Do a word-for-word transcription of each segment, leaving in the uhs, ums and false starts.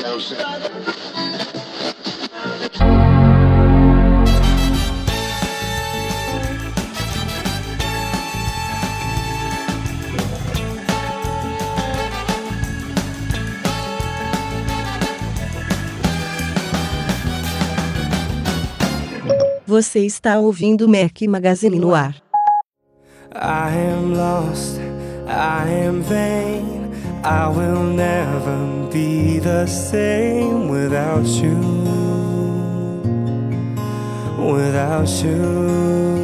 Você está ouvindo o Mac Magazine no ar. I am lost, I am vain, I will never be the same without you, without you.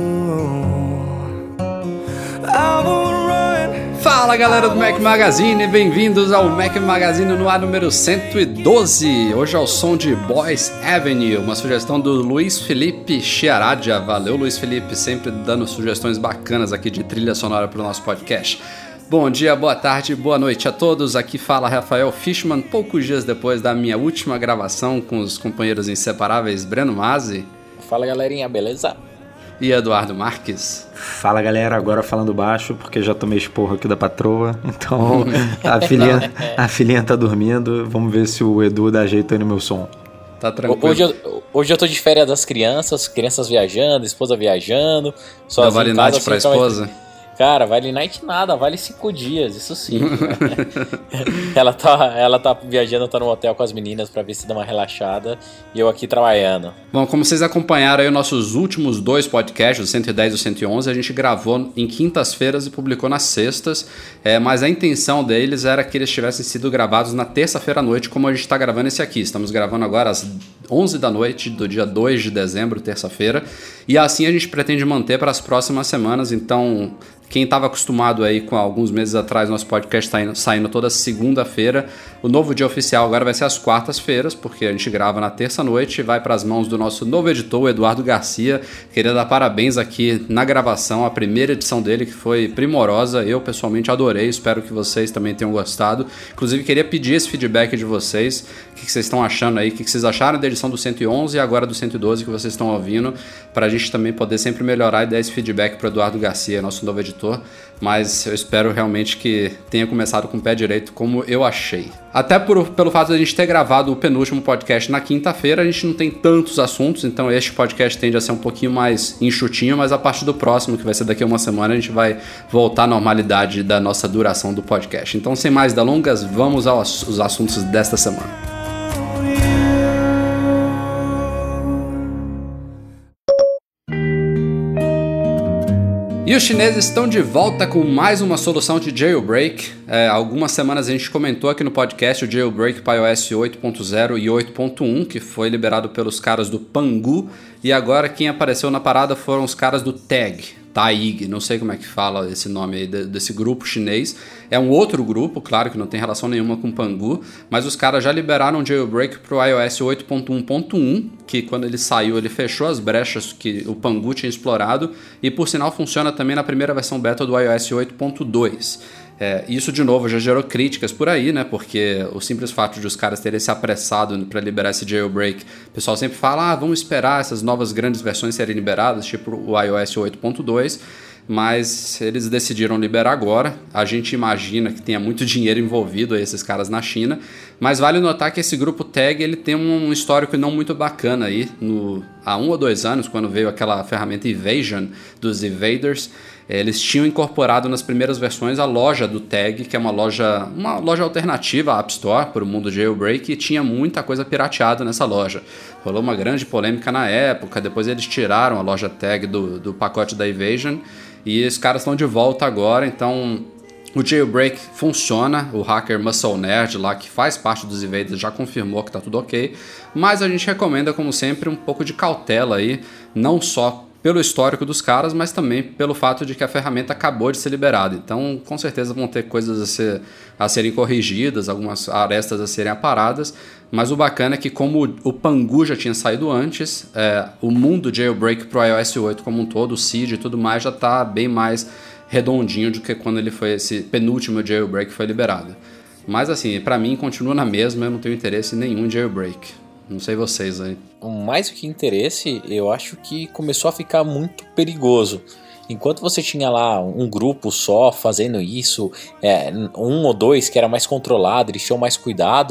I will run. Fala galera do Mac Magazine, bem-vindos ao Mac Magazine no ar número cento e doze. Hoje é o som de Boys Avenue, uma sugestão do Luiz Felipe Chiaradia. Valeu, Luiz Felipe, sempre dando sugestões bacanas aqui de trilha sonora para o nosso podcast. Bom dia, boa tarde, boa noite a todos. Aqui fala Rafael Fishman, poucos dias depois da minha última gravação com os companheiros inseparáveis Breno Mazzi. Fala galerinha, beleza? E Eduardo Marques. Fala galera, agora falando baixo, porque já tomei esporro aqui da patroa, então a filhinha, a filhinha tá dormindo, vamos ver se o Edu dá jeito aí no meu som. Tá tranquilo. Hoje eu, hoje eu tô de férias das crianças, crianças viajando, esposa viajando, sozinho vale em casa. Night pra assim, esposa? Cara, vale night nada, vale cinco dias, isso sim. ela, tá, ela tá viajando, tá no hotel com as meninas pra ver se dá uma relaxada e eu aqui trabalhando. Bom, como vocês acompanharam aí os nossos últimos dois podcasts, o cento e dez e o cento e onze, a gente gravou em quintas-feiras e publicou nas sextas, é, mas a intenção deles era que eles tivessem sido gravados na terça-feira à noite, como a gente tá gravando esse aqui. Estamos gravando agora às onze da noite do dia dois de dezembro, terça-feira, e assim a gente pretende manter para as próximas semanas, então... Quem estava acostumado aí com alguns meses atrás, nosso podcast está saindo, saindo toda segunda-feira. O novo dia oficial agora vai ser às quartas-feiras, porque a gente grava na terça-noite e vai para as mãos do nosso novo editor, o Eduardo Garcia. Queria dar parabéns aqui na gravação, a primeira edição dele, que foi primorosa. Eu, pessoalmente, adorei. Espero que vocês também tenham gostado. Inclusive, queria pedir esse feedback de vocês. O que vocês estão achando aí? O que vocês acharam da edição do cento e onze e agora do cento e doze que vocês estão ouvindo? Para a gente também poder sempre melhorar e dar esse feedback para o Eduardo Garcia, nosso novo editor. Mas eu espero realmente que tenha começado com o pé direito, como eu achei. Até por, pelo fato de a gente ter gravado o penúltimo podcast na quinta-feira, a gente não tem tantos assuntos, então este podcast tende a ser um pouquinho mais enxutinho, mas a partir do próximo, que vai ser daqui a uma semana, a gente vai voltar à normalidade da nossa duração do podcast. Então, sem mais delongas, vamos aos, aos assuntos desta semana. E os chineses estão de volta com mais uma solução de jailbreak. É, algumas semanas a gente comentou aqui no podcast o jailbreak para iOS oito ponto zero e oito ponto um, que foi liberado pelos caras do Pangu. E agora quem apareceu na parada foram os caras do Tag, Taig, não sei como é que fala esse nome aí desse grupo chinês. É um outro grupo, claro que não tem relação nenhuma com o Pangu, mas os caras já liberaram o jailbreak para o iOS oito ponto um ponto um, que quando ele saiu ele fechou as brechas que o Pangu tinha explorado e por sinal funciona também na primeira versão beta do iOS oito ponto dois. É, isso de novo já gerou críticas por aí, né? Porque o simples fato de os caras terem se apressado para liberar esse jailbreak, o pessoal sempre fala, ah, vamos esperar essas novas grandes versões serem liberadas, tipo o iOS oito ponto dois, mas eles decidiram liberar agora. A gente imagina que tenha muito dinheiro envolvido aí, esses caras na China, mas vale notar que esse grupo Tag ele tem um histórico não muito bacana aí. No, há um ou dois anos, quando veio aquela ferramenta Evasion dos Evaders, eles tinham incorporado nas primeiras versões a loja do Tag, que é uma loja, uma loja alternativa à App Store para o mundo jailbreak, e tinha muita coisa pirateada nessa loja. Rolou uma grande polêmica na época, depois eles tiraram a loja Tag do, do pacote da Evasion, e os caras estão de volta agora, então o jailbreak funciona. O hacker Muscle Nerd lá, que faz parte dos Evaders, já confirmou que está tudo ok, mas a gente recomenda, como sempre, um pouco de cautela aí, não só pelo histórico dos caras, mas também pelo fato de que a ferramenta acabou de ser liberada. Então, com certeza vão ter coisas a, ser, a serem corrigidas, algumas arestas a serem aparadas, mas o bacana é que como o Pangu já tinha saído antes, é, o mundo jailbreak para o iOS oito como um todo, o seed e tudo mais, já está bem mais redondinho do que quando ele foi esse penúltimo jailbreak que foi liberado. Mas assim, para mim continua na mesma, eu não tenho interesse em nenhum jailbreak. Não sei vocês aí. Mais do que interesse, eu acho que começou a ficar muito perigoso. Enquanto você tinha lá um grupo só fazendo isso, é, um ou dois que era mais controlado, eles tinham mais cuidado,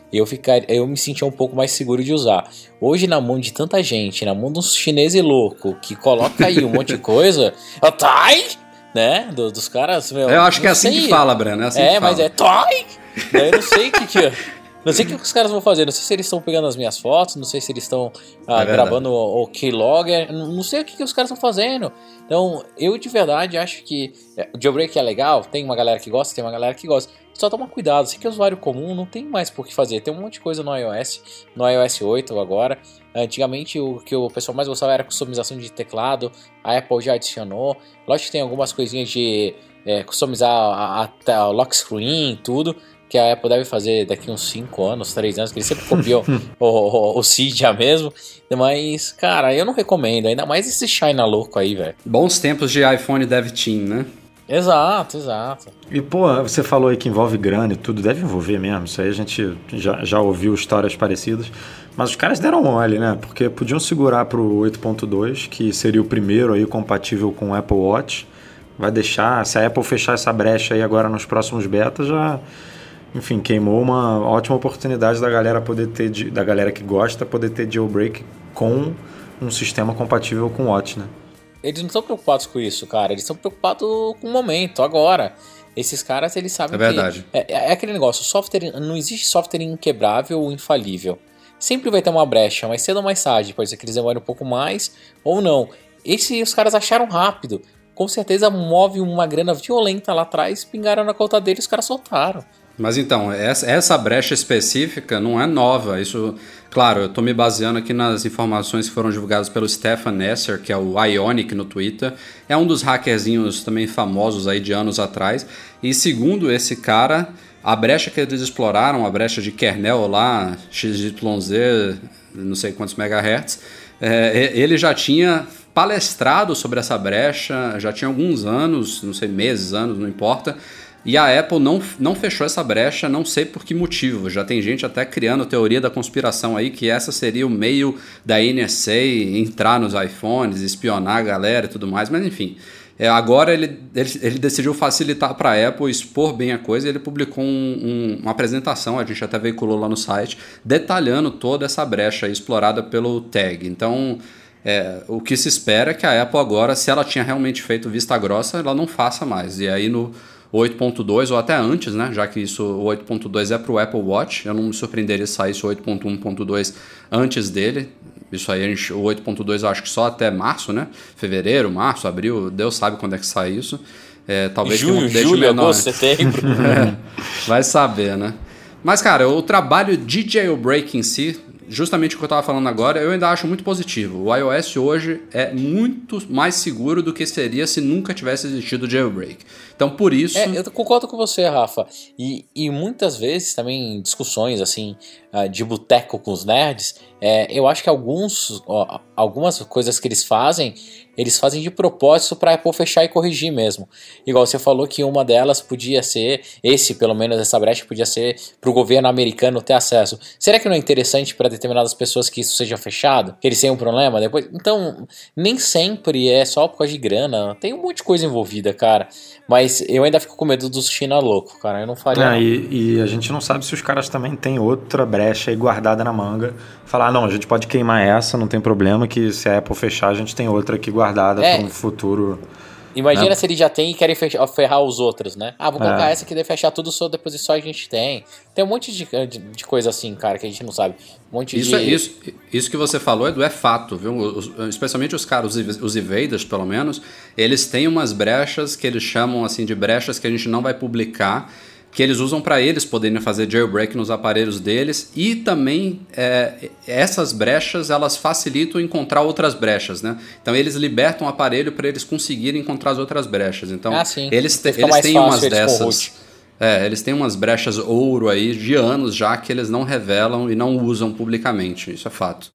eu, ficar, eu me sentia um pouco mais seguro de usar. Hoje, na mão de tanta gente, na mão de uns chineses louco que coloca aí um monte de coisa, Toy, né? Do, dos caras, meu, eu acho que é assim sei. que fala, Breno. É, assim é que mas fala. é Toy. Daí eu não sei o que que... Não sei o que os caras vão fazer, não sei se eles estão pegando as minhas fotos, não sei se eles estão ah, é gravando o, o keylogger, não sei o que, que os caras estão fazendo. Então, eu de verdade acho que o jailbreak é legal, tem uma galera que gosta, tem uma galera que gosta. Só toma cuidado, se que é usuário comum, não tem mais por que fazer. Tem um monte de coisa no iOS, no iOS oito agora. Antigamente o que o pessoal mais gostava era customização de teclado, a Apple já adicionou. Lógico que tem algumas coisinhas de é, customizar a, a, a lock screen e tudo, que a Apple deve fazer daqui uns cinco anos, três anos, que ele sempre copiou o, o, o Cydia mesmo. Mas, cara, eu não recomendo, ainda mais esse China louco aí, velho. Bons tempos de iPhone Dev Team, né? Exato, exato. E, pô, você falou aí que envolve grana e tudo, deve envolver mesmo, isso aí a gente já, já ouviu histórias parecidas, mas os caras deram mole, né? Porque podiam segurar pro oito ponto dois, que seria o primeiro aí compatível com o Apple Watch, vai deixar, se a Apple fechar essa brecha aí agora nos próximos betas, já... Enfim, queimou uma ótima oportunidade da galera poder ter, da galera que gosta, poder ter jailbreak com um sistema compatível com o Watch, né? Eles não estão preocupados com isso, cara. Eles estão preocupados com o momento, agora. Esses caras, eles sabem é verdade. que... É, é aquele negócio, software, não existe software inquebrável ou infalível. Sempre vai ter uma brecha, mais cedo ou mais tarde. Pode ser que eles demorem um pouco mais ou não. Esse os caras acharam rápido. Com certeza move uma grana violenta lá atrás, pingaram na conta deles e os caras soltaram. Mas então, essa, essa brecha específica não é nova. Isso, claro, eu estou me baseando aqui nas informações que foram divulgadas pelo Stefan Nesser, que é o Ionic no Twitter. É um dos hackerzinhos também famosos aí de anos atrás. E segundo esse cara, a brecha que eles exploraram, a brecha de kernel lá, X Y Z, não sei quantos megahertz, é, ele já tinha palestrado sobre essa brecha, já tinha alguns anos, não sei, meses, anos, não importa. E a Apple não, não fechou essa brecha, não sei por que motivo. Já tem gente até criando teoria da conspiração aí, que essa seria o meio da N S A entrar nos iPhones, espionar a galera e tudo mais. Mas enfim, é, agora ele, ele, ele decidiu facilitar para a Apple, expor bem a coisa. E ele publicou um, um, uma apresentação, a gente até veiculou lá no site, detalhando toda essa brecha aí explorada pelo tag. Então... É, o que se espera é que a Apple agora, se ela tinha realmente feito vista grossa, ela não faça mais. E aí no oito ponto dois, ou até antes, né, já que isso, o oito ponto dois é para o Apple Watch, eu não me surpreenderia se saísse o oito ponto um ponto dois antes dele. Isso aí, a gente, o oito ponto dois eu acho que só até março, né? Fevereiro, março, abril, Deus sabe quando é que sai isso. É, talvez Junho, tenha um update julho, menor. agosto, setembro. É, vai saber, né? Mas, cara, o trabalho de jailbreak em si, justamente o que eu estava falando agora, eu ainda acho muito positivo. O iOS hoje é muito mais seguro do que seria se nunca tivesse existido jailbreak. Então, por isso... É, eu concordo com você, Rafa. E, e muitas vezes também discussões assim de boteco com os nerds, é, eu acho que alguns, ó, algumas coisas que eles fazem, eles fazem de propósito para a Apple fechar e corrigir mesmo. Igual você falou que uma delas podia ser, esse pelo menos essa brecha podia ser para o governo americano ter acesso. Será que não é interessante para determinadas pessoas que isso seja fechado? Que eles tenham um problema depois? Então, nem sempre é só por causa de grana. Tem um monte de coisa envolvida, cara. Mas eu ainda fico com medo dos China louco, cara. Eu não faria. É, e, e a gente não sabe se os caras também têm outra brecha aí guardada na manga. Falar, não, a gente pode queimar essa, não tem problema, que se a Apple fechar, a gente tem outra aqui guardada é. para um futuro. Imagina, né? Se eles já têm e querem fechar, ferrar os outros, né? Ah, vou colocar é. essa que deve fechar tudo, só depois só a gente tem. Tem um monte de, de, de coisa assim, cara, que a gente não sabe. Um monte isso, de... isso, isso que você falou, Edu, é fato, viu? Os, especialmente os caras, os, os evaders, pelo menos, eles têm umas brechas que eles chamam assim de brechas que a gente não vai publicar, que eles usam para eles poderem fazer jailbreak nos aparelhos deles, e também é, essas brechas elas facilitam encontrar outras brechas, né? Então eles libertam o aparelho para eles conseguirem encontrar as outras brechas. Então ah, sim. eles, te, eles têm umas dessas. É, eles têm umas brechas ouro aí de anos já que eles não revelam e não usam publicamente. Isso é fato.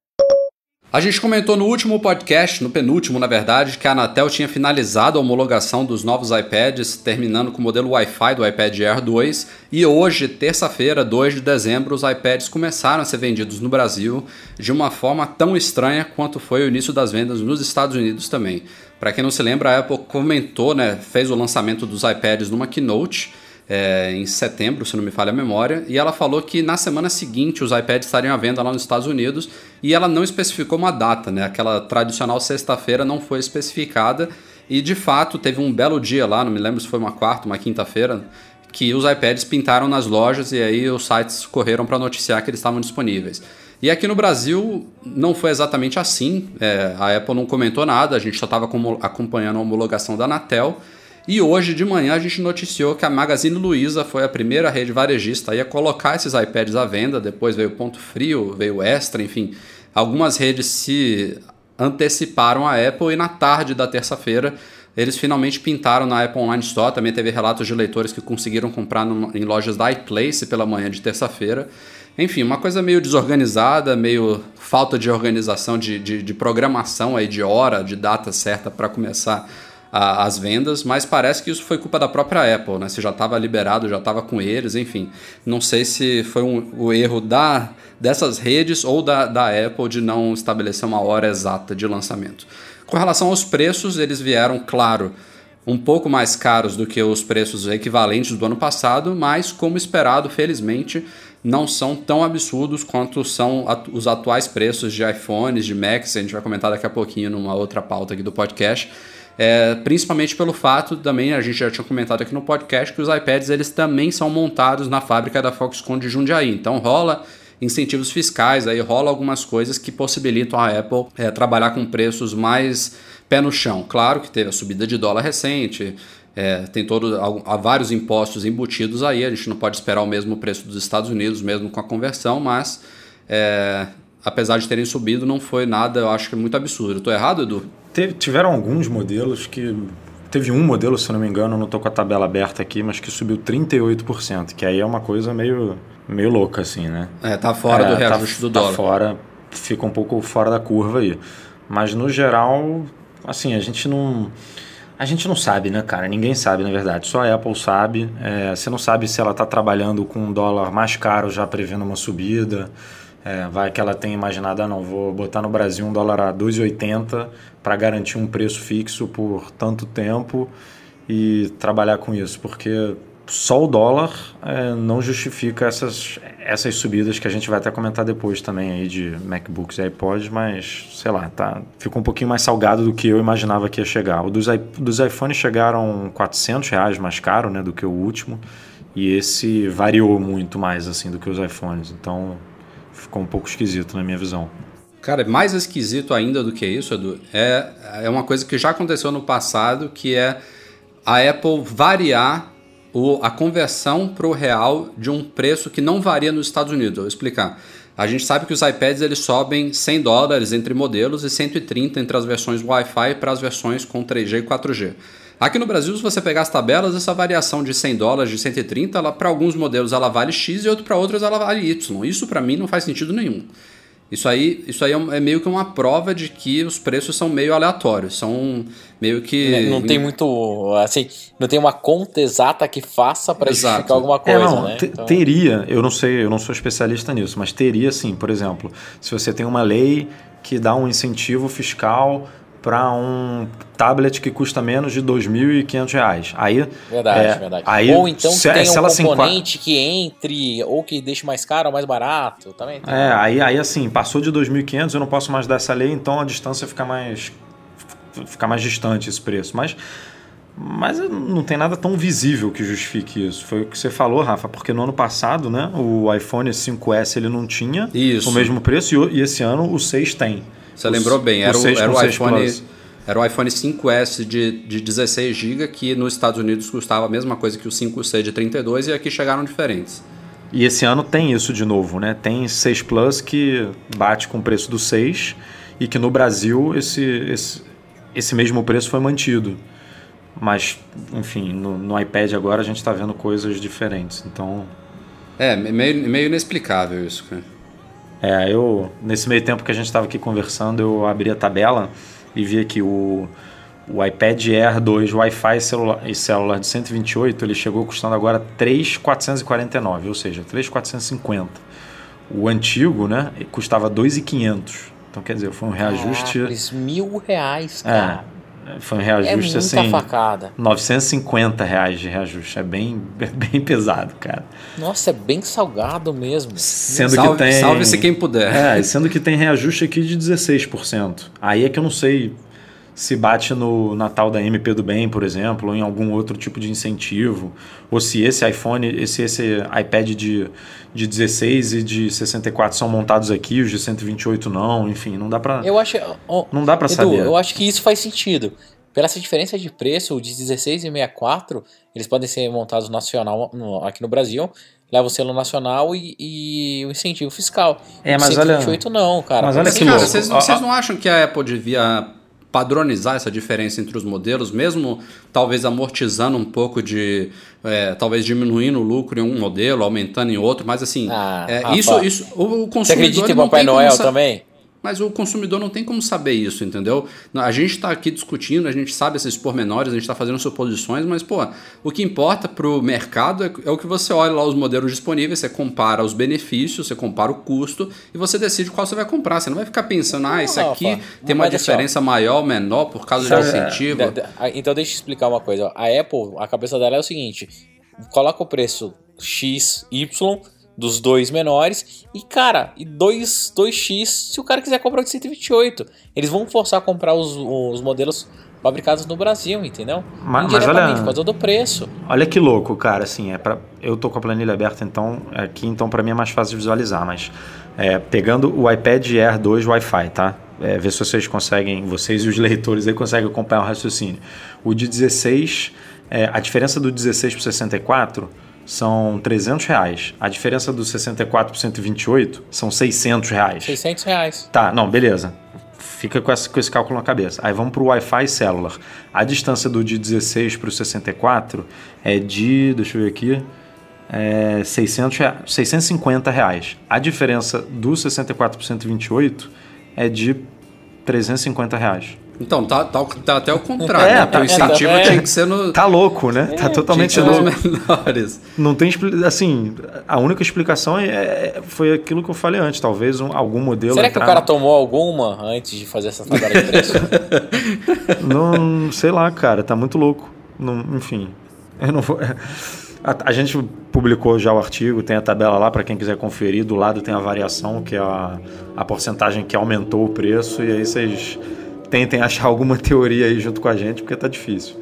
A gente comentou no último podcast, no penúltimo na verdade, que a Anatel tinha finalizado a homologação dos novos iPads, terminando com o modelo Wi-Fi do iPad Air dois, e hoje, terça-feira, dois de dezembro, os iPads começaram a ser vendidos no Brasil de uma forma tão estranha quanto foi o início das vendas nos Estados Unidos também. Para quem não se lembra, a Apple comentou, né, fez o lançamento dos iPads numa keynote, é, em setembro, se não me falha a memória, e ela falou que na semana seguinte os iPads estariam à venda lá nos Estados Unidos, e ela não especificou uma data, né? Aquela tradicional sexta-feira não foi especificada, e de fato teve um belo dia lá, não me lembro se foi uma quarta, uma quinta-feira, que os iPads pintaram nas lojas e aí os sites correram para noticiar que eles estavam disponíveis. E aqui no Brasil não foi exatamente assim, é, a Apple não comentou nada, a gente só estava acompanhando a homologação da Anatel. E hoje de manhã a gente noticiou que a Magazine Luiza foi a primeira rede varejista a colocar esses iPads à venda, depois veio Ponto Frio, veio Extra, enfim. Algumas redes se anteciparam à Apple e na tarde da terça-feira eles finalmente pintaram na Apple Online Store. Também teve relatos de leitores que conseguiram comprar no, em lojas da iPlace pela manhã de terça-feira. Enfim, uma coisa meio desorganizada, meio falta de organização, de, de, de programação, aí, de hora, de data certa para começar as vendas, mas parece que isso foi culpa da própria Apple, né? Se já estava liberado, já estava com eles, enfim. Não sei se foi um, o erro da, dessas redes ou da, da Apple de não estabelecer uma hora exata de lançamento. Com relação aos preços, eles vieram, claro, um pouco mais caros do que os preços equivalentes do ano passado, mas como esperado, felizmente, não são tão absurdos quanto são os atuais preços de iPhones, de Macs, a gente vai comentar daqui a pouquinho numa outra pauta aqui do podcast. É, principalmente pelo fato, também a gente já tinha comentado aqui no podcast, que os iPads eles também são montados na fábrica da Foxconn de Jundiaí, então rola incentivos fiscais, aí rola algumas coisas que possibilitam a Apple é, trabalhar com preços mais pé no chão. Claro que teve a subida de dólar recente, é, tem todo, há vários impostos embutidos aí, a gente não pode esperar o mesmo preço dos Estados Unidos, mesmo com a conversão, mas é, apesar de terem subido, não foi nada, eu acho que muito absurdo. Estou errado, Edu? Teve, tiveram alguns modelos que... Teve um modelo, se eu não me engano, não estou com a tabela aberta aqui, mas que subiu trinta e oito por cento, que aí é uma coisa meio, meio louca, assim, né? É, tá fora é, do reajuste tá, do dólar. Tá fora, fica um pouco fora da curva aí. Mas, no geral, assim, a gente não... A gente não sabe, né, cara? Ninguém sabe, na verdade. Só a Apple sabe. É, você não sabe se ela está trabalhando com um dólar mais caro, já prevendo uma subida. É, vai que ela tenha imaginado, ah, não, vou botar no Brasil um dólar a dois reais e oitenta centavos para garantir um preço fixo por tanto tempo e trabalhar com isso, porque só o dólar é, não justifica essas, essas subidas que a gente vai até comentar depois também aí de MacBooks e iPods, mas sei lá, tá, ficou um pouquinho mais salgado do que eu imaginava que ia chegar. O dos, dos iPhones chegaram quatrocentos reais mais caro, né, do que o último, e esse variou muito mais assim do que os iPhones, então ficou um pouco esquisito na minha visão. Cara, mais esquisito ainda do que isso, Edu, é, é uma coisa que já aconteceu no passado, que é a Apple variar o, a conversão para o real de um preço que não varia nos Estados Unidos. Eu vou explicar. A gente sabe que os iPads eles sobem cem dólares entre modelos e cento e trinta entre as versões Wi-Fi para as versões com três G e quatro G. Aqui no Brasil, se você pegar as tabelas, essa variação de cem dólares, de cento e trinta, para alguns modelos ela vale X e outro para outros ela vale Y. Isso para mim não faz sentido nenhum. Isso aí, isso aí é meio que uma prova de que os preços são meio aleatórios, são meio que... Não tem muito, assim, não tem uma conta exata que faça para justificar alguma coisa, é, não, né? T- então... Teria, eu não sei, eu não sou especialista nisso, mas teria sim, por exemplo, se você tem uma lei que dá um incentivo fiscal para um tablet que custa menos de dois mil e quinhentos reais. Aí, verdade, é, verdade. Aí, ou então se, tem se um enqua... componente que entre, ou que deixe mais caro ou mais barato. Também tem. É, aí, aí assim, passou de dois mil e quinhentos, eu não posso mais dar essa lei, então a distância fica mais, fica mais distante esse preço. Mas, mas não tem nada tão visível que justifique isso. Foi o que você falou, Rafa, porque no ano passado, né, o iPhone cinco S ele não tinha isso. o mesmo preço e, e esse ano o seis tem. Você lembrou bem, era o, era o iPhone, era o iPhone cinco S de, de dezesseis gigabytes que nos Estados Unidos custava a mesma coisa que o cinco C de trinta e dois e aqui chegaram diferentes. E esse ano tem isso de novo, né? Tem seis Plus que bate com o preço do seis e que no Brasil esse, esse, esse mesmo preço foi mantido. Mas, enfim, no, no iPad agora a gente está vendo coisas diferentes, então... É, meio, meio inexplicável isso, cara. É, eu, nesse meio tempo que a gente estava aqui conversando, eu abri a tabela e vi que o, o iPad Air dois Wi-Fi celular, e celular de cento e vinte e oito, ele chegou custando agora três mil quatrocentos e quarenta e nove, ou seja, três mil quatrocentos e cinquenta. O antigo, né, custava dois mil e quinhentos. Então, quer dizer, foi um reajuste... Ah, mil reais, cara. É, foi um reajuste é muita assim, facada. novecentos e cinquenta reais de reajuste, é bem, é bem pesado, cara. Nossa, é bem salgado mesmo. Sendo salve, que tem... Salve-se quem puder. É, sendo que tem reajuste aqui de dezesseis por cento. Aí é que eu não sei se bate no Natal da M P do Bem, por exemplo, ou em algum outro tipo de incentivo, ou se esse iPhone, esse, esse iPad de, de dezesseis e de sessenta e quatro são montados aqui, os de cento e vinte e oito não, enfim, não dá pra, eu acho, oh, não dá pra Edu, saber. Eu acho que isso faz sentido. Pela essa diferença de preço, o de dezesseis e sessenta e quatro, eles podem ser montados nacional, no, aqui no Brasil, leva o selo nacional e, e o incentivo fiscal. É, o mas cento e vinte e oito olha, não, cara. mas olha Mas, que cara, louco. vocês, Ó, vocês ó. não acham que a Apple devia padronizar essa diferença entre os modelos, mesmo talvez amortizando um pouco de, é, talvez diminuindo o lucro em um modelo, aumentando em outro, mas assim, Ah, é, Rafa, isso, isso, o, o consumidor Você acredita em não Papai tem como Noel sa- também? Mas o consumidor não tem como saber isso, entendeu? A gente está aqui discutindo, a gente sabe esses pormenores, a gente está fazendo suposições, mas, pô, o que importa para o mercado é, é o que você olha lá, os modelos disponíveis, você compara os benefícios, você compara o custo e você decide qual você vai comprar. Você não vai ficar pensando, ah, esse Não, aqui Rafa, tem uma mas assim, ó, diferença maior ou menor por causa de Sabe, incentivo. da- da- então deixa eu explicar uma coisa. A Apple, a cabeça dela é o seguinte: coloca o preço X, Y dos dois menores e, cara, e dois x se o cara quiser comprar o de cento e vinte e oito. Eles vão forçar a comprar os, os modelos fabricados no Brasil, entendeu? Mas- mas Indiretamente, olha- por causa do preço. Olha que louco, cara, assim, é pra, eu tô com a planilha aberta então aqui, então para mim é mais fácil de visualizar, mas é, pegando o iPad Air dois Wi-Fi, tá? É, ver se vocês conseguem, vocês e os leitores aí conseguem acompanhar o raciocínio. O de dezesseis, é, a diferença do dezesseis para o sessenta e quatro são trezentos reais. A diferença do sessenta e quatro para o cento e vinte e oito são seiscentos reais. seiscentos reais. Tá, não, beleza. Fica com esse, com esse cálculo na cabeça. Aí vamos para o Wi-Fi Cellular. A distância do de dezesseis para o sessenta e quatro é de, deixa eu ver aqui, é seiscentos reais, seiscentos e cinquenta reais. A diferença do sessenta e quatro para o cento e vinte e oito é de trezentos e cinquenta reais. Então, tá, tá, tá até o contrário. É, né? tá- o incentivo é, tá- tinha que ser no. Tá louco, né? É, Tá totalmente tinha que ser louco. nos menores. Não tem expli- assim, a única explicação é, é- foi aquilo que eu falei antes, talvez um, algum modelo Será que o entrar- cara tomou alguma antes de fazer essa tabela de preço? Não, sei lá, cara, tá muito louco. Não, enfim, eu não vou. A, a gente publicou já o artigo, tem a tabela lá para quem quiser conferir. Do lado tem a variação, que é a, a porcentagem que aumentou o preço, e aí vocês tentem achar alguma teoria aí junto com a gente, porque tá difícil.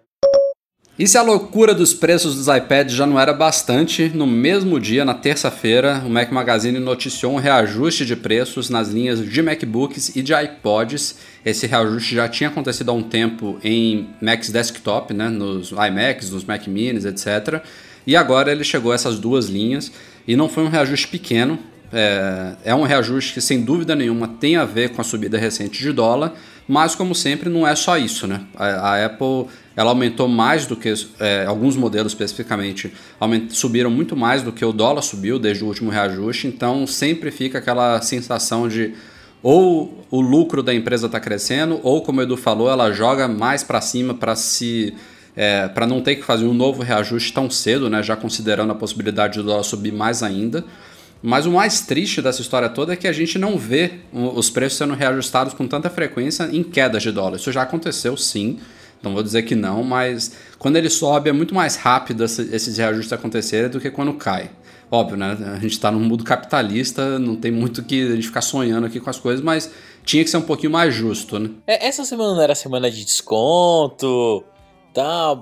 E se a loucura dos preços dos iPads já não era bastante, no mesmo dia, na terça-feira, o Mac Magazine noticiou um reajuste de preços nas linhas de MacBooks e de iPods. Esse reajuste já tinha acontecido há um tempo em Macs Desktop, né, nos iMacs, nos Mac Minis, etcétera. E agora ele chegou a essas duas linhas e não foi um reajuste pequeno. É, é um reajuste que, sem dúvida nenhuma, tem a ver com a subida recente de dólar, mas, como sempre, não é só isso, né? A, a Apple ela aumentou mais do que, é, alguns modelos especificamente, aument, subiram muito mais do que o dólar subiu desde o último reajuste, então sempre fica aquela sensação de ou o lucro da empresa está crescendo, ou, como o Edu falou, ela joga mais para cima para se... É, para não ter que fazer um novo reajuste tão cedo, né? Já considerando a possibilidade do dólar subir mais ainda. Mas o mais triste dessa história toda é que a gente não vê os preços sendo reajustados com tanta frequência em quedas de dólar. Isso já aconteceu, sim, não vou dizer que não, mas quando ele sobe é muito mais rápido esses reajustes acontecerem do que quando cai. Óbvio, né? A gente está num mundo capitalista, não tem muito que a gente ficar sonhando aqui com as coisas, mas tinha que ser um pouquinho mais justo, né? Essa semana não era semana de desconto... Tá.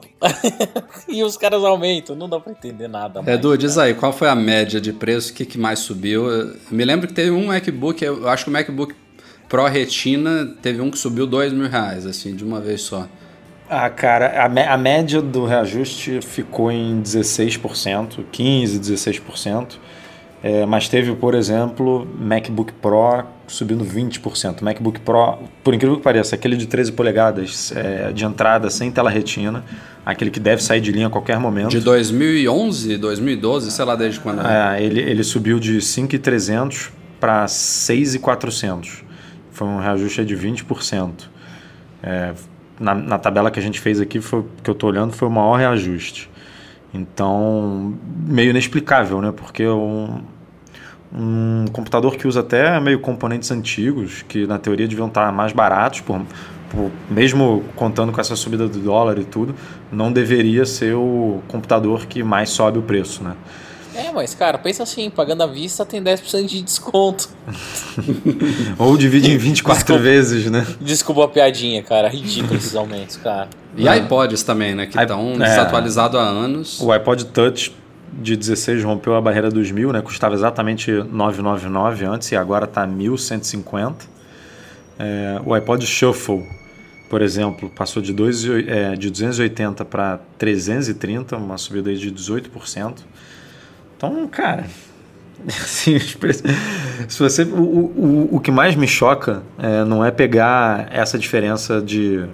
E os caras aumentam, não dá pra entender nada mais. Edu, diz cara. aí, qual foi a média de preço, o que, que mais subiu? Eu me lembro que teve um MacBook, eu acho que o MacBook Pro Retina teve um que subiu dois mil reais, assim, de uma vez só. Ah, cara, a, me- a média do reajuste ficou em dezesseis por cento, quinze, dezesseis por cento. É, mas teve, por exemplo, MacBook Pro subindo vinte por cento. MacBook Pro, por incrível que pareça, aquele de treze polegadas é, de entrada sem tela retina, aquele que deve sair de linha a qualquer momento. De dois mil e onze, dois mil e doze, sei lá desde quando. É, ele, ele subiu de cinco mil e trezentos para seis mil e quatrocentos. Foi um reajuste de vinte por cento. É, na, na tabela que a gente fez aqui, foi, que eu estou olhando, foi o maior reajuste. Então, meio inexplicável, né? Porque um, um computador que usa até meio componentes antigos, que na teoria deviam estar mais baratos, por, mesmo contando com essa subida do dólar e tudo, não deveria ser o computador que mais sobe o preço, né? É, mas cara, pensa assim, pagando à vista tem dez por cento de desconto. Ou divide em vinte e quatro Desculpa. vezes, né? Desculpa a piadinha, cara, ridículo esses aumentos, cara. E iPods também, né, que estão é, desatualizados há anos. O iPod Touch de dezesseis rompeu a barreira dos mil, né? Custava exatamente novecentos e noventa e nove antes e agora está mil cento e cinquenta. É, o iPod Shuffle, por exemplo, passou de, dois, é, de duzentos e oitenta para trezentos e trinta, uma subida aí de dezoito por cento. Então, cara, assim, se você, o, o, o que mais me choca é, não é pegar essa diferença de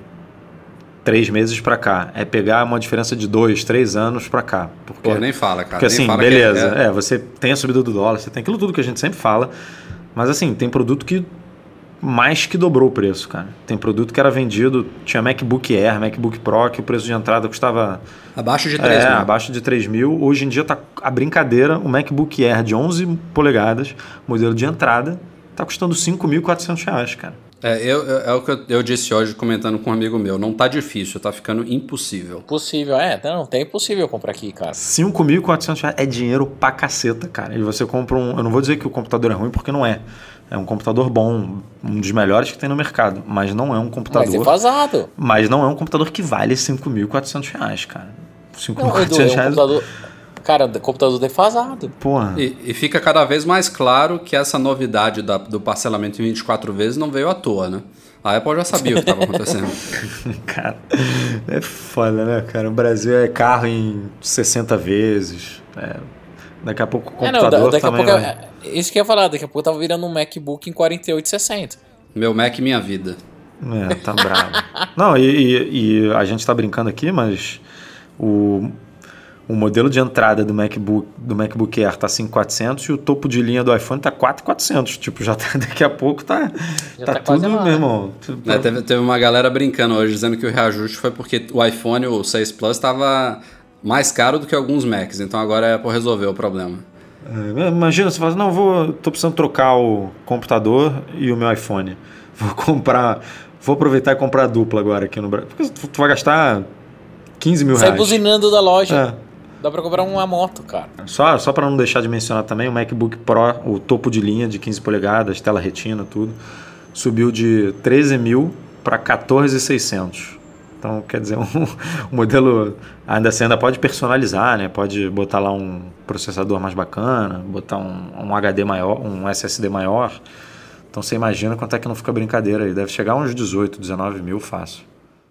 três meses para cá, é pegar uma diferença de dois, três anos para cá. Porque, Pô, nem fala, cara. Porque nem assim, fala beleza, que é... é, você tem a subida do dólar, você tem aquilo tudo que a gente sempre fala, mas assim, tem produto que mais que dobrou o preço, cara. Tem produto que era vendido, tinha MacBook Air, MacBook Pro, que o preço de entrada custava... Abaixo de três mil. É, abaixo de três mil. Hoje em dia tá a brincadeira, o MacBook Air de onze polegadas, modelo de entrada, tá custando cinco mil e quatrocentos reais, cara. É, eu, eu, é o que eu, eu disse hoje comentando com um amigo meu. Não tá difícil, tá ficando impossível. Possível, é. Não, tem impossível comprar aqui, cara. cinco mil e quatrocentos reais é dinheiro pra caceta, cara. E você compra um... Eu não vou dizer que o computador é ruim, porque não é. É um computador bom, um dos melhores que tem no mercado. Mas não é um computador... Mas é vazado. Mas não é um computador que vale cinco mil e quatrocentos reais, cara. cinco mil e Não, Edu, quatrocentos é um reais... computador... Cara, computador defasado. Porra. E, e fica cada vez mais claro que essa novidade da, do parcelamento em vinte e quatro vezes não veio à toa, né? A Apple já sabia o que estava acontecendo. Cara, é foda, né, cara? O Brasil é carro em sessenta vezes. É. Daqui a pouco o computador é, não, daqui também a pouco, vai... Isso que eu ia falar, daqui a pouco eu tava virando um MacBook em quarenta e oito sessenta. Meu Mac, minha vida. É, tá bravo. Não, e, e, e a gente tá brincando aqui, mas o... O modelo de entrada do MacBook, do MacBook Air tá cinco mil e quatrocentos e o topo de linha do iPhone tá quatro mil e quatrocentos. Tipo, já tá, daqui a pouco tá, Já tá, tá tudo, quase lá, meu né? irmão. É, teve, teve uma galera brincando hoje, dizendo que o reajuste foi porque o iPhone, o seis Plus, estava mais caro do que alguns Macs. Então agora a Apple resolveu o problema. É, imagina, você fala, não, vou, tô precisando trocar o computador e o meu iPhone. Vou comprar, vou aproveitar e comprar a dupla agora aqui no Brasil. Porque tu, tu vai gastar quinze mil Sai reais. buzinando da loja. É. Dá pra comprar uma moto, cara. Só, só para não deixar de mencionar também, o MacBook Pro, o topo de linha de quinze polegadas, tela retina, tudo, subiu de treze mil para quatorze mil e seiscentos. Então, quer dizer, um, o modelo ainda você ainda pode personalizar, né? Pode botar lá um processador mais bacana, botar um, um H D maior, um S S D maior. Então você imagina quanto é que não fica brincadeira aí. Deve chegar a uns dezoito, dezenove mil fácil.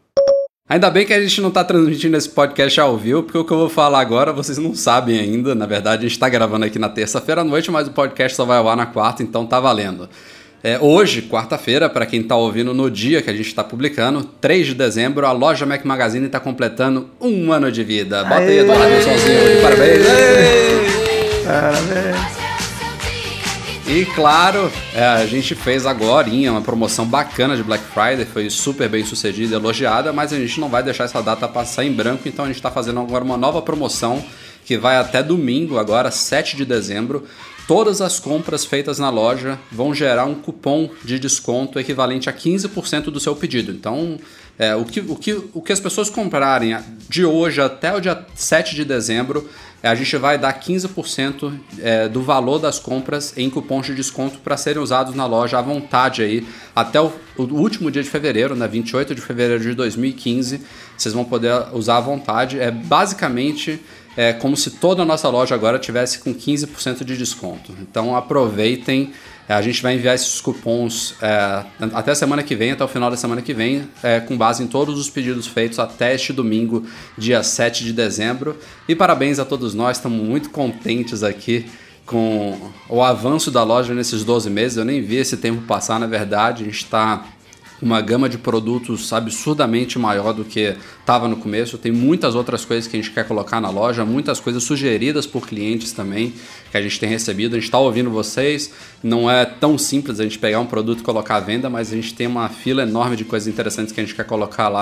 Ainda bem que a gente não está transmitindo esse podcast ao vivo, porque o que eu vou falar agora vocês não sabem ainda. Na verdade, a gente está gravando aqui na terça-feira à noite, mas o podcast só vai ao ar na quarta, então tá valendo. É, hoje, quarta-feira, para quem está ouvindo no dia que a gente está publicando, três de dezembro, a loja Mac Magazine está completando um ano de vida. Bota aí, Eduardo, sozinho. Parabéns! Ei! Parabéns! E claro, é, a gente fez agora uma promoção bacana de Black Friday, foi super bem sucedida e elogiada, mas a gente não vai deixar essa data passar em branco, então a gente está fazendo agora uma nova promoção que vai até domingo, agora sete de dezembro. Todas as compras feitas na loja vão gerar um cupom de desconto equivalente a quinze por cento do seu pedido. Então, é, o, que, o, que, o que as pessoas comprarem de hoje até o dia sete de dezembro, a gente vai dar quinze por cento é, do valor das compras em cupons de desconto para serem usados na loja à vontade aí até o, o último dia de fevereiro, né, vinte e oito de fevereiro de dois mil e quinze. Vocês vão poder usar à vontade. É basicamente é, como se toda a nossa loja agora tivesse com quinze por cento de desconto. Então aproveitem. A gente vai enviar esses cupons é, até a semana que vem, até o final da semana que vem, é, com base em todos os pedidos feitos até este domingo, dia sete de dezembro. E parabéns a todos nós, estamos muito contentes aqui com o avanço da loja nesses doze meses. Eu nem vi esse tempo passar, na verdade. A gente está com uma gama de produtos absurdamente maior do que estava no começo. Tem muitas outras coisas que a gente quer colocar na loja, muitas coisas sugeridas por clientes também, que a gente tem recebido. A gente está ouvindo vocês. Não é tão simples a gente pegar um produto e colocar à venda, mas a gente tem uma fila enorme de coisas interessantes que a gente quer colocar lá.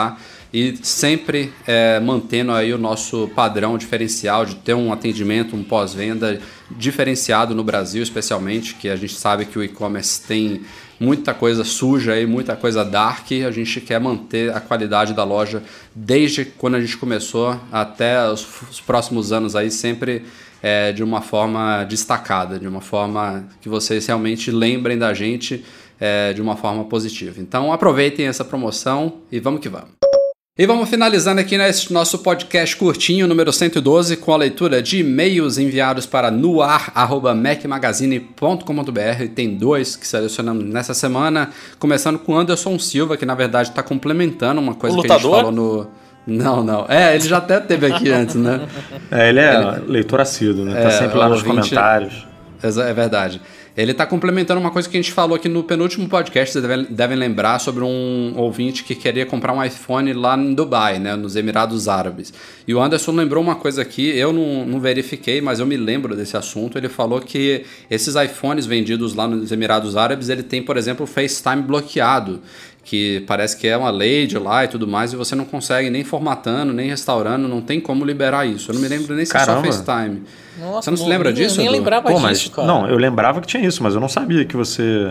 e sempre é, mantendo aí o nosso padrão diferencial de ter um atendimento, um pós-venda diferenciado no Brasil, especialmente, que a gente sabe que o e-commerce tem muita coisa suja aí, muita coisa dark. A gente quer manter a qualidade da loja desde quando a gente começou até os, os próximos anos aí, sempre é, de uma forma destacada, de uma forma que vocês realmente lembrem da gente é, de uma forma positiva. Então aproveitem essa promoção e vamos que vamos. E vamos finalizando aqui nesse nosso podcast curtinho, número cento e doze, com a leitura de e-mails enviados para noar arroba mac magazine ponto com ponto b r. Tem dois que selecionamos nessa semana, começando com Anderson Silva, que na verdade está complementando uma coisa o que a gente lutador? falou no... Não, não. É, ele já até teve aqui antes, né? É, ele é Ele- leitor assíduo, né? Tá É, sempre lá nos ouvinte- comentários. Exa- É verdade. Ele está complementando uma coisa que a gente falou aqui no penúltimo podcast. Vocês devem, devem lembrar sobre um ouvinte que queria comprar um iPhone lá em Dubai, né, nos Emirados Árabes. E o Anderson lembrou uma coisa aqui, eu não, não verifiquei, mas eu me lembro desse assunto. Ele falou que esses iPhones vendidos lá nos Emirados Árabes, ele tem, por exemplo, o FaceTime bloqueado, que parece que é uma lei de lá e tudo mais, e você não consegue nem formatando, nem restaurando, não tem como liberar isso. Eu não me lembro nem se é só Caramba. FaceTime. Nossa, Você não se lembra nem- disso, Nem Edu? lembrava Pô, mas disso, cara. não, eu lembrava que tinha isso, mas eu não sabia que você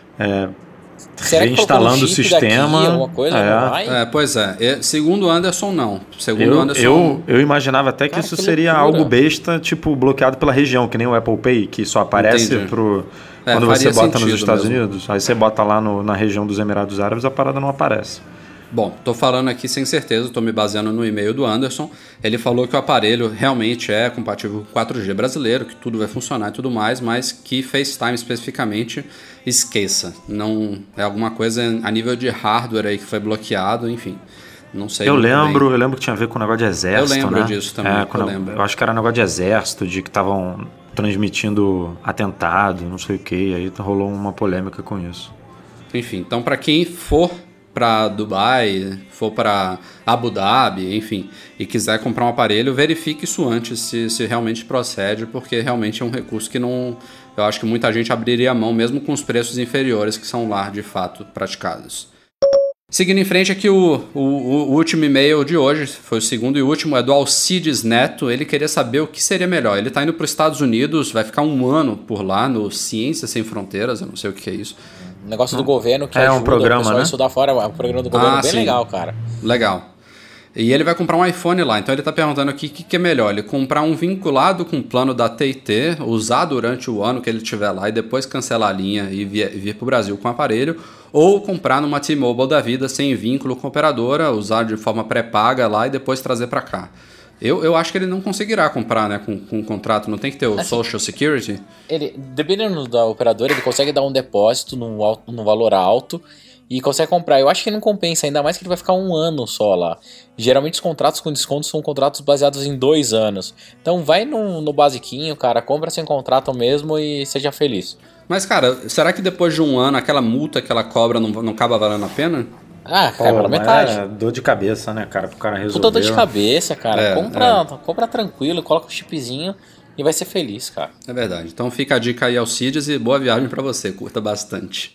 é, Será que reinstalando colocou o um chip sistema. daqui, alguma coisa, é. não vai? É, pois é. E, segundo o Anderson, não. Segundo o Eu, Anderson... eu, eu imaginava até que Cara, isso que seria loucura. algo besta, tipo, bloqueado pela região, que nem o Apple Pay, que só aparece Entendi. pro, É, quando você faria bota nos sentido Estados mesmo. Unidos. Aí você bota lá no- na região dos Emirados Árabes, a parada não aparece. Bom, tô falando aqui sem certeza, tô me baseando no e-mail do Anderson. Ele falou que o aparelho realmente é compatível com quatro G brasileiro, que tudo vai funcionar e tudo mais, mas que FaceTime especificamente esqueça. Não é alguma coisa a nível de hardware aí que foi bloqueado, enfim. Não sei. Eu muito lembro, bem. eu lembro que tinha a ver com o negócio de exército, Eu lembro né? disso também, É, eu quando- lembro. eu acho que era negócio de exército, de que estavam transmitindo atentado, não sei o que, aí rolou uma polêmica com isso. Enfim, então para quem for para Dubai, for para Abu Dhabi, enfim, e quiser comprar um aparelho, verifique isso antes se, se realmente procede, porque realmente é um recurso que não, eu acho que muita gente abriria a mão, mesmo com os preços inferiores que são lá de fato praticados. Seguindo em frente aqui, o, o, o último e-mail de hoje, foi o segundo e último, é do Alcides Neto. Ele queria saber o que seria melhor. Ele está indo para os Estados Unidos, vai ficar um ano por lá no Ciências Sem Fronteiras, eu não sei o que é isso. Um negócio do governo que É um ajuda programa, o pessoal né? a estudar fora. É um programa do governo Ah, bem sim. legal, cara. Legal. E ele vai comprar um iPhone lá, então ele está perguntando aqui o que, que é melhor, ele comprar um vinculado com o plano da T e T, usar durante o ano que ele estiver lá e depois cancelar a linha e vir, vir para o Brasil com o aparelho, ou comprar numa T-Mobile da vida sem vínculo com a operadora, usar de forma pré-paga lá e depois trazer para cá. Eu, eu acho que ele não conseguirá comprar, né, com, com um contrato, não tem que ter o Assim, Social Security? Ele, dependendo da operadora, ele consegue dar um depósito num, alto, num valor alto e consegue comprar. Eu acho que não compensa, ainda mais que ele vai ficar um ano só lá. Geralmente os contratos com desconto são contratos baseados em dois anos. Então vai no, no basiquinho, cara, compra sem contrato mesmo e seja feliz. Mas, cara, será que depois de um ano aquela multa que ela cobra não, não acaba valendo a pena? Ah, Pô, cai pela mas metade. é dor de cabeça, né, cara, pro cara resolver. Puta dor de cabeça, cara. É, compra, compra tranquilo, coloca o chipzinho e vai ser feliz, cara. É verdade. Então fica a dica aí, Alcides, e boa viagem pra você. Curta bastante.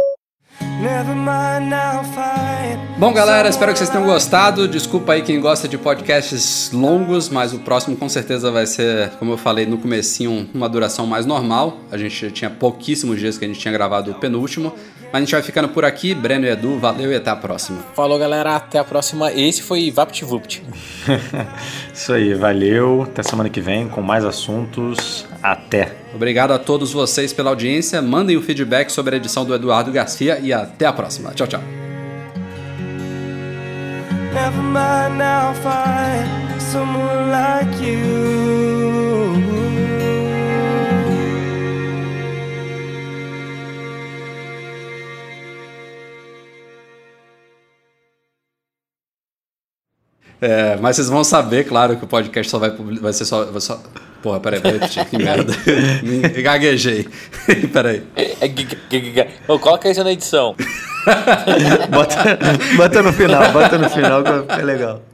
Never mind now, fine. Bom, galera, espero que vocês tenham gostado. Desculpa aí quem gosta de podcasts longos, mas o próximo com certeza vai ser, como eu falei no comecinho, uma duração mais normal. A gente tinha pouquíssimos dias que a gente tinha gravado o penúltimo. Mas a gente vai ficando por aqui. Breno e Edu, valeu e até a próxima. Falou, galera. Até a próxima. Esse foi VaptVupt. Isso aí, valeu. Até semana que vem com mais assuntos. Até. Obrigado a todos vocês pela audiência. Mandem o feedback sobre a edição do Eduardo Garcia e até a próxima. Tchau, tchau. Never mind now, find someone like you. É, mas vocês vão saber, claro, que o podcast só vai, publi- vai ser só... Vai só... Porra, peraí, vou repetir, que merda. Me gaguejei. Peraí. É, g- g- g- Ô, coloca isso na edição. Bota, bota no final, bota no final que vai ficar legal.